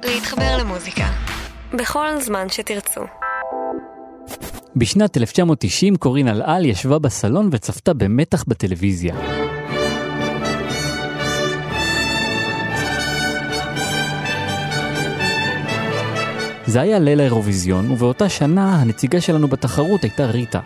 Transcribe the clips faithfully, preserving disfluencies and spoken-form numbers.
להתחבר למוזיקה בכל זמן שתרצו. בשנת אלף תשע מאות תשעים קורין אלעל ישבה בסלון וצפתה במתח בטלוויזיה. זה היה ליל האירוויזיון, ובאותה שנה הנציגה שלנו בתחרות הייתה ריטה.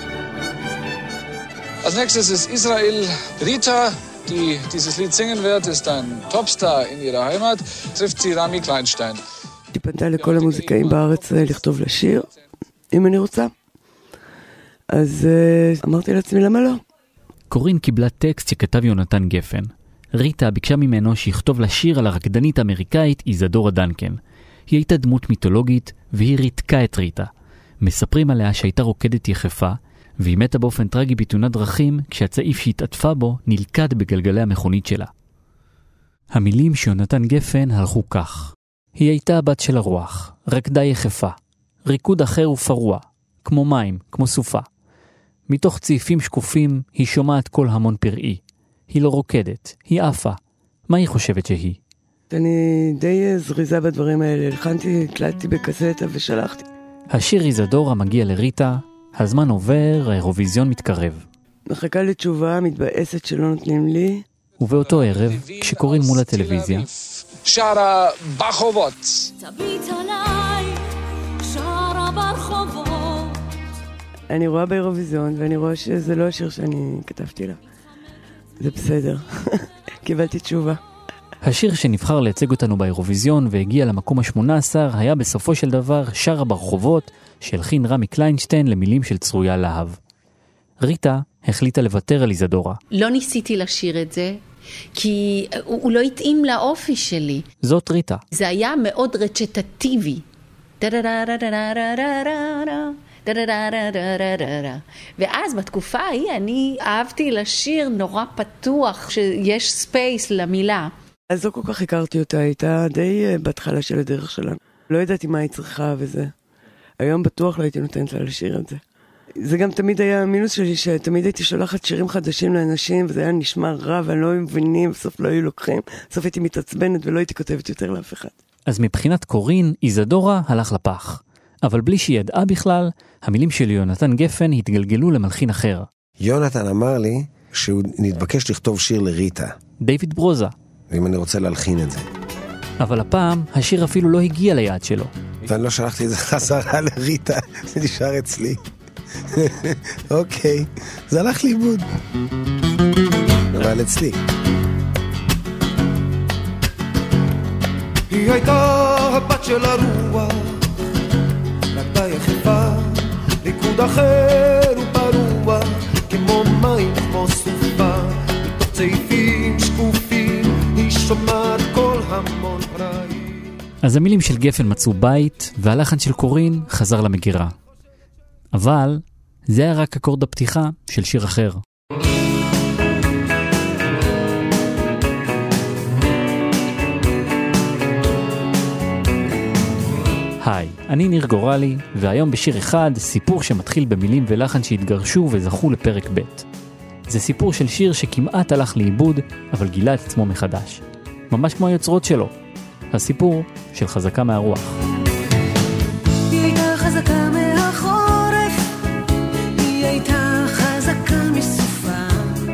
Als nächstes ist Israel. Rita, die dieses Lied singen wird, ist ein Topstar in ihrer Heimat, trifft sie Rami Kleinstein. היא פנתה לכל המוזיקאים בארץ לכתוב לשיר, אם אני רוצה. אז אמרתי לעצמי, למה לא? קורין קיבלה טקסט שכתב יונתן גפן. ריטה ביקשה ממנו שיכתוב לשיר על הרקדנית האמריקאית איזדורה דנקן. היא הייתה דמות מיתולוגית והיא ריתקה את ריטה. מספרים עליה שהייתה רוקדת יחפה, והיא מתה באופן טרגי בתאונת דרכים כשהצעיף שהתעטפה בו נלכד בגלגלי המכונית שלה. המילים שיונתן גפן הלכו כך: היא הייתה הבת של הרוח, רקדה יחפה, ריקוד אחר ופרוע, כמו מים, כמו סופה. מתוך צעיפים שקופים היא שומעת כל המון פראי. היא לא רוקדת, היא עפה. מה היא חושבת שהיא? אני די זריזה בדברים האלה, הלחנתי, הקלטתי בקסטה ושלחתי. השיר איזדורה מגיע לריטה, הזמן עובר, האירוויזיון מתקרב. מחכה לתשובה, מתבאסת שלא נותנים לי. ובאותו ערב, כשקורין מול הטלוויזיה, שרה ברחובות. תביט עליי, שרה ברחובות. אני רואה באירוויזיון, ואני רואה שזה לא השיר שאני כתבתי לה. זה בסדר. קיבלתי תשובה. השיר שנבחר לייצג אותנו באירוויזיון והגיע למקום ה-שמונה עשר היה בסופו של דבר שרה ברחובות שהלחין רמי קליינשטיין למילים של צרויה להב. ריטה החליטה לוותר על איזדורה. לא ניסיתי לשיר את זה, כי הוא, הוא לא התאים לאופי שלי. זאת ריטה. זה היה מאוד רצ'טטיבי. ואז בתקופה ההיא אני אהבתי לשיר נורא פתוח, שיש ספייס למילה. אז לא כל כך הכרתי אותה, הייתה די בהתחלה של הדרך שלנו. לא ידעתי מה היא צריכה וזה. היום בטוח לא הייתי נותנת לה לשיר את זה. זה גם תמיד היה המינוס שלי, שתמיד הייתי שולחת שירים חדשים לאנשים, וזה היה נשמע רע, ואני לא מבינים, בסוף לא היו לוקחים. בסוף הייתי מתעצבנת ולא הייתי כותבת יותר לאף אחד. אז מבחינת קורין, איזדורה הלך לפח. אבל בלי שהיא ידעה בכלל, המילים של יונתן גפן התגלגלו למלחין אחר. יונתן אמר לי שהוא נתבקש לכתוב שיר לריטה. דיוויד ברוזה. ואם אני רוצה להלחין את זה. אבל הפעם השיר אפילו לא הגיע ליעד שלו. ואני לא שלחתי את זה חזרה לריטה, זה נשאר אצלי. אוקיי, זה הלך לאיבוד. אבל אצלי. היא הייתה הבת של הרוח, רקדה יחפה, ריקוד אחר ופרוע, כמו מים, כמו סופה, מתוך צעיפים שקופים, היא שומעת כל המון פראי. אז המילים של גפן מצאו בית, והלחן של קורין חזר למגירה. אבל זה היה רק אקורד הפתיחה של שיר אחר. היי, אני ניר גורלי, והיום בשיר אחד סיפור שמתחיל במילים ולחן שהתגרשו וזכו לפרק ב'. זה סיפור של שיר שכמעט הלך לאיבוד, אבל גילה את עצמו מחדש. ממש כמו היוצרות שלו. הסיפור של חזקה מהרוח. היא הייתה חזקה מהחורף, היא הייתה חזקה מסופה,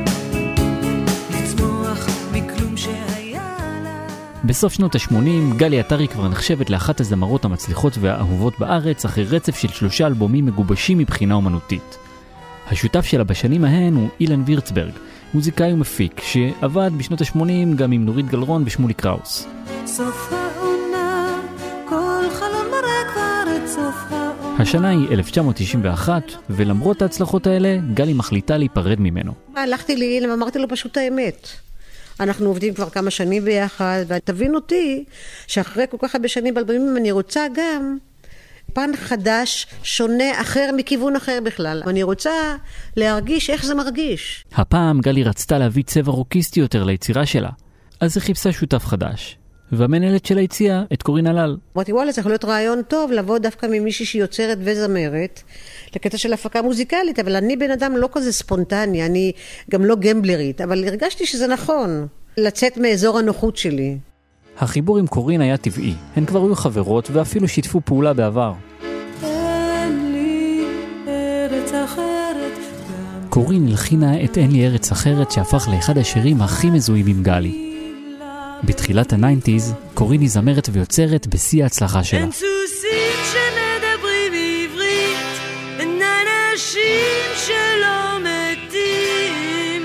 לצמוח מכלום שהיה לה. בסוף שנות ה-שמונים, גלי עטרי כבר נחשבת לאחת הזמרות המצליחות והאהובות בארץ, אחרי רצף של שלושה אלבומים מגובשים מבחינה אומנותית. השותף שלה בשנים ההן הוא אילן וירצברג, מוזיקאי ומפיק, שעבד בשנות ה-שמונים גם עם נורית גלרון ושמולי קראוס. סוף העונה, כל חלום מראה כבר את סוף העונה. השנה היא אלף תשע מאות תשעים ואחת, ולמרות ההצלחות האלה, גלי מחליטה להיפרד ממנו. הלכתי לאילן, אמרתי לו פשוט האמת. אנחנו עובדים כבר כמה שנים ביחד, ותבין אותי שאחרי כל כך הרבה שנים באלבומים אני רוצה גם פן חדש, שונה, אחר, מכיוון אחר בכלל. אני רוצה להרגיש איך זה מרגיש. הפעם גלי רצתה להביא צבע רוקיסטי יותר ליצירה שלה, אז היא חיפשה שותף חדש. והמנהלת שלה הציעה את קורין אלעל. אמרתי, וואלה, צריך להיות רעיון טוב לבוא דווקא ממישהי שיוצרת וזמרת, לקטע של הפקה מוזיקלית, אבל אני בן אדם לא כזה ספונטני, אני גם לא גמבלרית, אבל הרגשתי שזה נכון, לצאת מאזור הנוחות שלי. החיבור עם קורין היה טבעי, הן כבר היו חברות ואפילו שיתפו פעולה בעבר. אין לי ארץ אחרת. קורין הלחינה את אין לי ארץ אחרת שהפך לאחד השירים הכי מזוהים עם גלי. בתחילת ה-תשעים, קורין היא זמרת ויוצרת בשיא ההצלחה שלה. אין סוסים שמדברים בעברית, אין אנשים שלא מתים,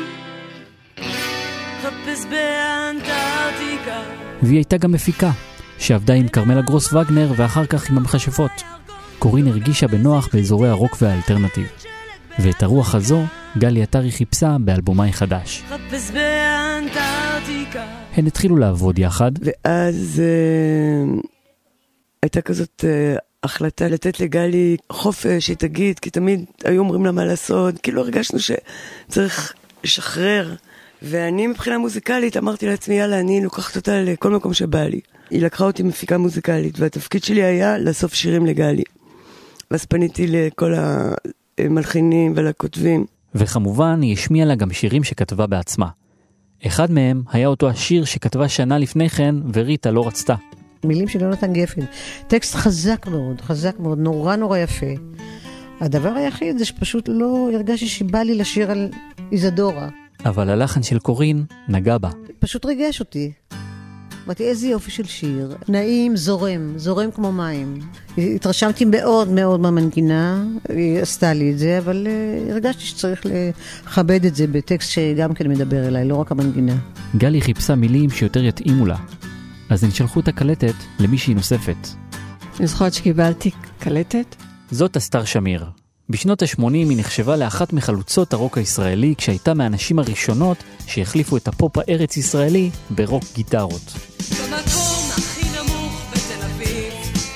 חפש באנטארקטיקה. והיא הייתה גם מפיקה, שעבדה עם קרמלה גרוס וגנר ואחר כך עם המכשפות. קורין הרגישה בנוח באזורי הרוק והאלטרנטיב. ואת הרוח הזו גלי עטרי חיפשה באלבומי חדש. חפש באנטארקטיקה. הן התחילו לעבוד יחד. ואז אה, הייתה כזאת אה, החלטה לתת לגלי חופש, שהיא תגיד, כי תמיד היו אומרים לה מה לעשות, כאילו הרגשנו שצריך לשחרר. ואני מבחינה מוזיקלית אמרתי לעצמי, יאללה, אני לוקחת אותה לכל מקום שבא לי. היא לקחה אותי מפיקה מוזיקלית, והתפקיד שלי היה לאסוף שירים לגלי. ואז פניתי לכל המלחינים ולכותבים. וכמובן, היא השמיעה לה גם שירים שכתבה בעצמה. אחד מהם היה אותו השיר שכתבה שנה לפני כן, וריטה לא רצתה. מילים של יונתן גפן. טקסט חזק מאוד, חזק מאוד, נורא נורא יפה. הדבר היחיד זה שפשוט לא הרגשתי שבא לי לשיר על איזדורה. אבל הלחן של קורין נגע בה. פשוט ריגש אותי. אמרתי, איזה יופי של שיר. נעים, זורם, זורם כמו מים. התרשמתי מאוד מאוד מהמנגינה, היא עשתה לי את זה, אבל uh, הרגשתי שצריך לכבד את זה בטקסט שגם כן מדבר אליי, לא רק המנגינה. גלי חיפשה מילים שיותר יתאימו לה. אז הן שלחו את הקלטת למישהי נוספת. אני זוכרת שקיבלתי קלטת. זאת אסתר שמיר. בשנות ה-שמונים היא נחשבה לאחת מחלוצות הרוק הישראלי, כשהייתה מהאנשים הראשונות שהחליפו את הפופ הארץ ישראלי ברוק גיטרות. במקום הכי נמוך בתל אביב,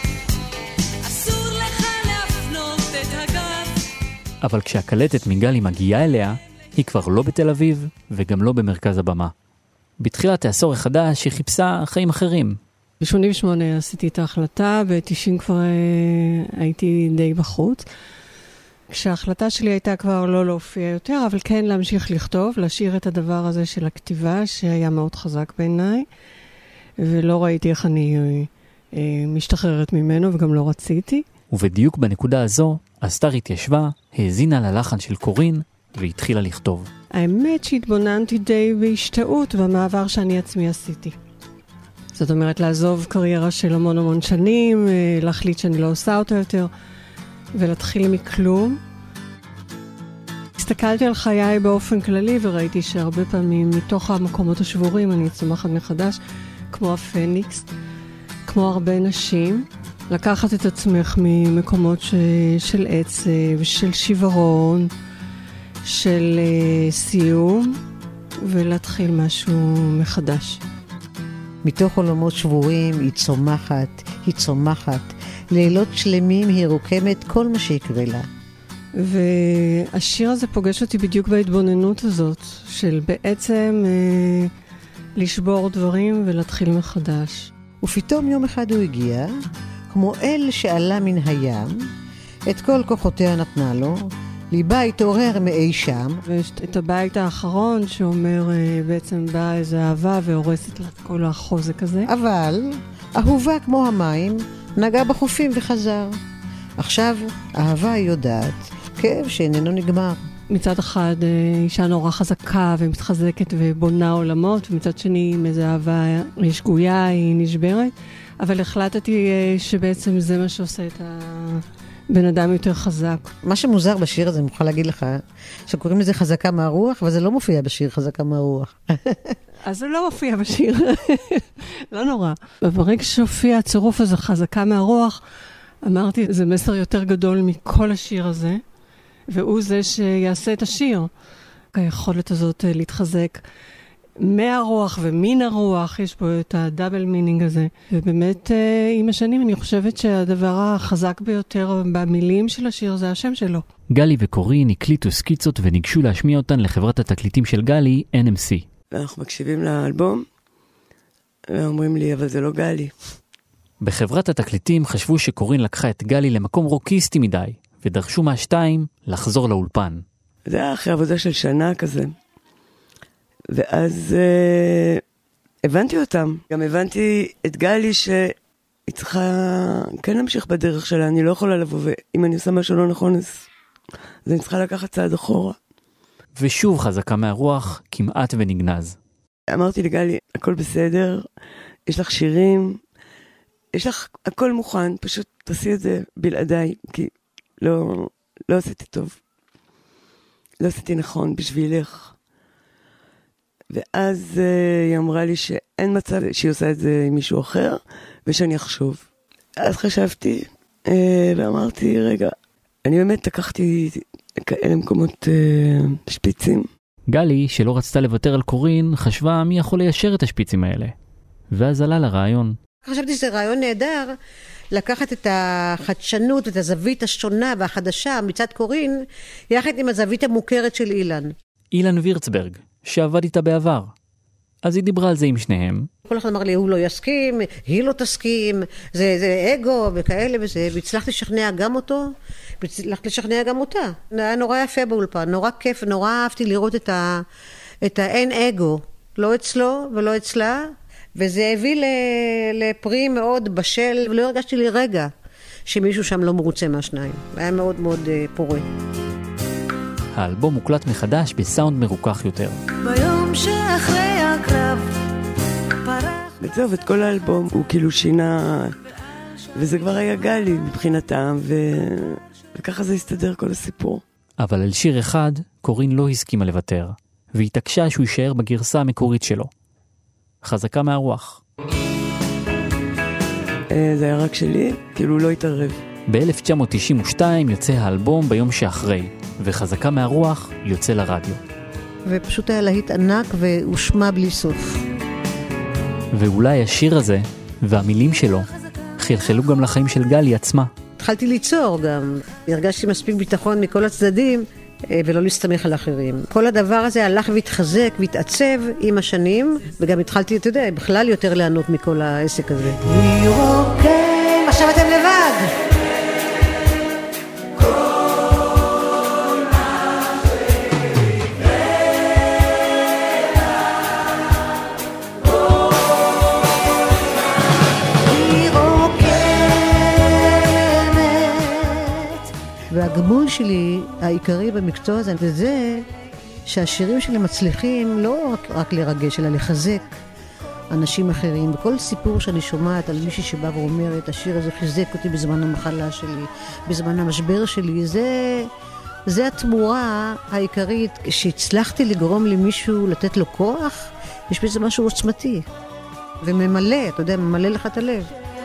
אסור לך להפנות את הגב. אבל כשהקלטת מגלי מגיעה אליה, היא כבר לא בתל אביב וגם לא במרכז הבמה. בתחילת העשור החדש היא חיפשה חיים אחרים. ב-שמונים ושמונה עשיתי את ההחלטה, ב-תשעים כבר הייתי די בחוץ. כשההחלטה שלי הייתה כבר לא להופיע יותר, אבל כן להמשיך לכתוב, להשאיר את הדבר הזה של הכתיבה, שהיה מאוד חזק בעיניי, ולא ראיתי איך אני אה, משתחררת ממנו, וגם לא רציתי. ובדיוק בנקודה הזו, אסתר התיישבה, האזינה ללחן של קורין, והתחילה לכתוב. האמת שהתבוננתי די בהשתאות במעבר שאני עצמי עשיתי. זאת אומרת, לעזוב קריירה של המון המון שנים, להחליט שאני לא עושה אותה יותר, ולהתחיל מכלום. הסתכלתי על חיי באופן כללי וראיתי שהרבה פעמים מתוך המקומות השבורים אני צומחת מחדש, כמו הפניקס, כמו הרבה נשים, לקחת את עצמך ממקומות ש... של עצב, של שיוורון, של uh, סיום, ולהתחיל משהו מחדש. מתוך עולמות שבורים היא צומחת, היא צומחת. לילות שלמים היא רוקמת כל מה שיקרה לה. והשיר הזה פוגש אותי בדיוק בהתבוננות הזאת, של בעצם אה, לשבור דברים ולהתחיל מחדש. ופתאום יום אחד הוא הגיע, כמו אל שעלה מן הים, את כל כוחותיה נתנה לו, ליבה התעורר מאי שם. ויש את הבית האחרון שאומר אה, בעצם באה איזו אהבה והורסת לה כל החוזק הזה. אבל אהובה כמו המים, נגע בחופים וחזר. עכשיו אהבה היא יודעת, כאב שאיננו נגמר. מצד אחד אישה נורא חזקה ומתחזקת ובונה עולמות, ומצד שני עם איזו אהבה היא שגויה, היא נשברת, אבל החלטתי שבעצם זה מה שעושה את הבן אדם יותר חזק. מה שמוזר בשיר הזה, אני מוכרחה להגיד לך, שקוראים לזה חזקה מהרוח, אבל זה לא מופיע בשיר חזקה מהרוח. אז זה לא מופיע בשיר, לא נורא. ברגע שהופיע הצירוף הזה חזקה מהרוח, אמרתי, זה מסר יותר גדול מכל השיר הזה, והוא זה שיעשה את השיר. היכולת הזאת להתחזק מהרוח ומן הרוח, יש פה את הדאבל מינינג הזה. ובאמת, עם השנים אני חושבת שהדבר החזק ביותר במילים של השיר זה השם שלו. גלי וקורין הקליטו סקיצות וניגשו להשמיע אותן לחברת התקליטים של גלי, אן אם סי. ואנחנו מקשיבים לאלבום, ואומרים לי, אבל זה לא גלי. בחברת התקליטים חשבו שקורין לקחה את גלי למקום רוקיסטי מדי, ודרשו מהשתיים לחזור לאולפן. זה היה אחרי עבודה של שנה כזה. ואז אה, הבנתי אותם. גם הבנתי את גלי שהיא צריכה כן להמשיך בדרך שלה. אני לא יכולה לבוא, ואם אני עושה משהו לא נכון, אז, אז אני צריכה לקחת צעד אחורה. ושוב חזקה מהרוח, כמעט ונגנז. אמרתי לגלי, הכל בסדר, יש לך שירים, יש לך הכל מוכן, פשוט תעשי את זה בלעדיי, כי לא, לא עשיתי טוב. לא עשיתי נכון בשבילך. ואז uh, היא אמרה לי שאין מצב שהיא עושה את זה עם מישהו אחר, ושאני אחשוב. אז חשבתי, uh, ואמרתי, רגע, אני באמת לקחתי כאלה מקומות uh, שפיצים. גלי, שלא רצתה לוותר על קורין, חשבה מי יכול ליישר את השפיצים האלה. ואז עלה לרעיון. חשבתי שזה רעיון נהדר, לקחת את החדשנות ואת הזווית השונה והחדשה מצד קורין, יחד עם הזווית המוכרת של אילן. אילן וירצברג, שעבד איתה בעבר. אז היא דיברה על זה עם שניהם. כל אחד אמר לי, הוא לא יסכים, היא לא תסכים, זה, זה אגו וכאלה וזה, והצלחתי לשכנע גם אותו, והצלחתי לשכנע גם אותה. היה נורא יפה באולפן, נורא כיף, נורא אהבתי לראות את, ה, את האין אגו, לא אצלו ולא אצלה, וזה הביא לפרי מאוד בשל, ולא הרגשתי לי רגע שמישהו שם לא מרוצה מהשניים. היה מאוד מאוד פורה. האלבום מוקלט מחדש בסאונד מרוכך יותר. ביום שאחרי הקרב פרח... וזהו, את כל האלבום הוא כאילו שינה, וזה כבר היה גלי מבחינתם, ו... וככה זה הסתדר כל הסיפור. אבל על שיר אחד, קורין לא הסכימה לוותר, והתעקשה שהוא יישאר בגרסה המקורית שלו. חזקה מהרוח. זה היה רק שלי, כאילו לא התערב. ב-אלף תשע מאות תשעים ושתיים יוצא האלבום ביום שאחרי, וחזקה מהרוח יוצא לרדיו. ופשוט היה להיט ענק והושמע בלי סוף. ואולי השיר הזה, והמילים שלו, חלחלו גם לחיים של גלי עצמה. התחלתי ליצור גם, הרגשתי מספיק ביטחון מכל הצדדים, ולא להסתמך על אחרים. כל הדבר הזה הלך והתחזק והתעצב עם השנים, וגם התחלתי, אתה יודע, בכלל יותר לענות מכל העסק הזה. אוקיי, עכשיו אתם לבד. והגמול שלי העיקרי במקצוע הזה, וזה שהשירים שלי מצליחים לא רק, רק לרגש, אלא לחזק אנשים אחרים. בכל סיפור שאני שומעת על מישהי שבא ואומרת, השיר הזה חיזק אותי בזמן המחלה שלי, בזמן המשבר שלי, זה, זה התמורה העיקרית. שהצלחתי לגרום למישהו לתת לו כוח, יש בזה משהו עוצמתי, וממלא, אתה יודע, ממלא לך את הלב.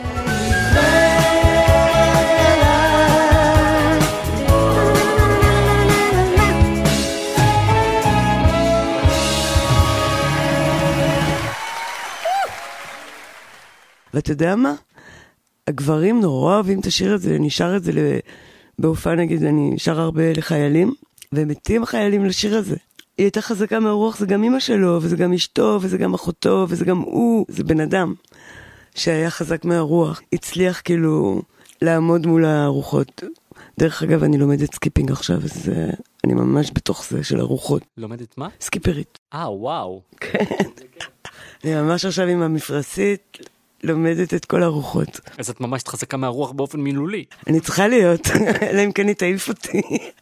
ואתה יודע מה? הגברים נורא אוהבים את השיר הזה, אני שר את זה בהופעה, נגיד, אני שר הרבה לחיילים, והם מתים החיילים לשיר הזה. היא הייתה חזקה מהרוח, זה גם אמא שלו, וזה גם אשתו, וזה גם אחותו, וזה גם הוא, זה בן אדם שהיה חזק מהרוח. הצליח כאילו לעמוד מול הרוחות. דרך אגב, אני לומדת סקיפינג עכשיו, אז אני ממש בתוך זה של הרוחות. לומדת מה? סקיפרית. אה, וואו. כן. אני ממש עכשיו עם המפרסית, לומדת את כל הרוחות. אז את ממש חזקה מהרוח באופן מילולי. אני צריכה להיות, אלא אם כן היא תעיף אותי.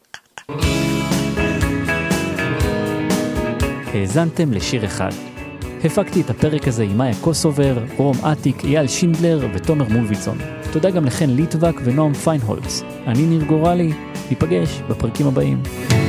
האזנתם לשיר אחד. הפקתי את הפרק הזה עם מאיה קוסובר, רום עתיק, אייל שינדלר ותומר מולביצון. תודה גם לכן ליטבק ונועם פיינהולץ. אני ניר גורלי, ניפגש בפרקים הבאים.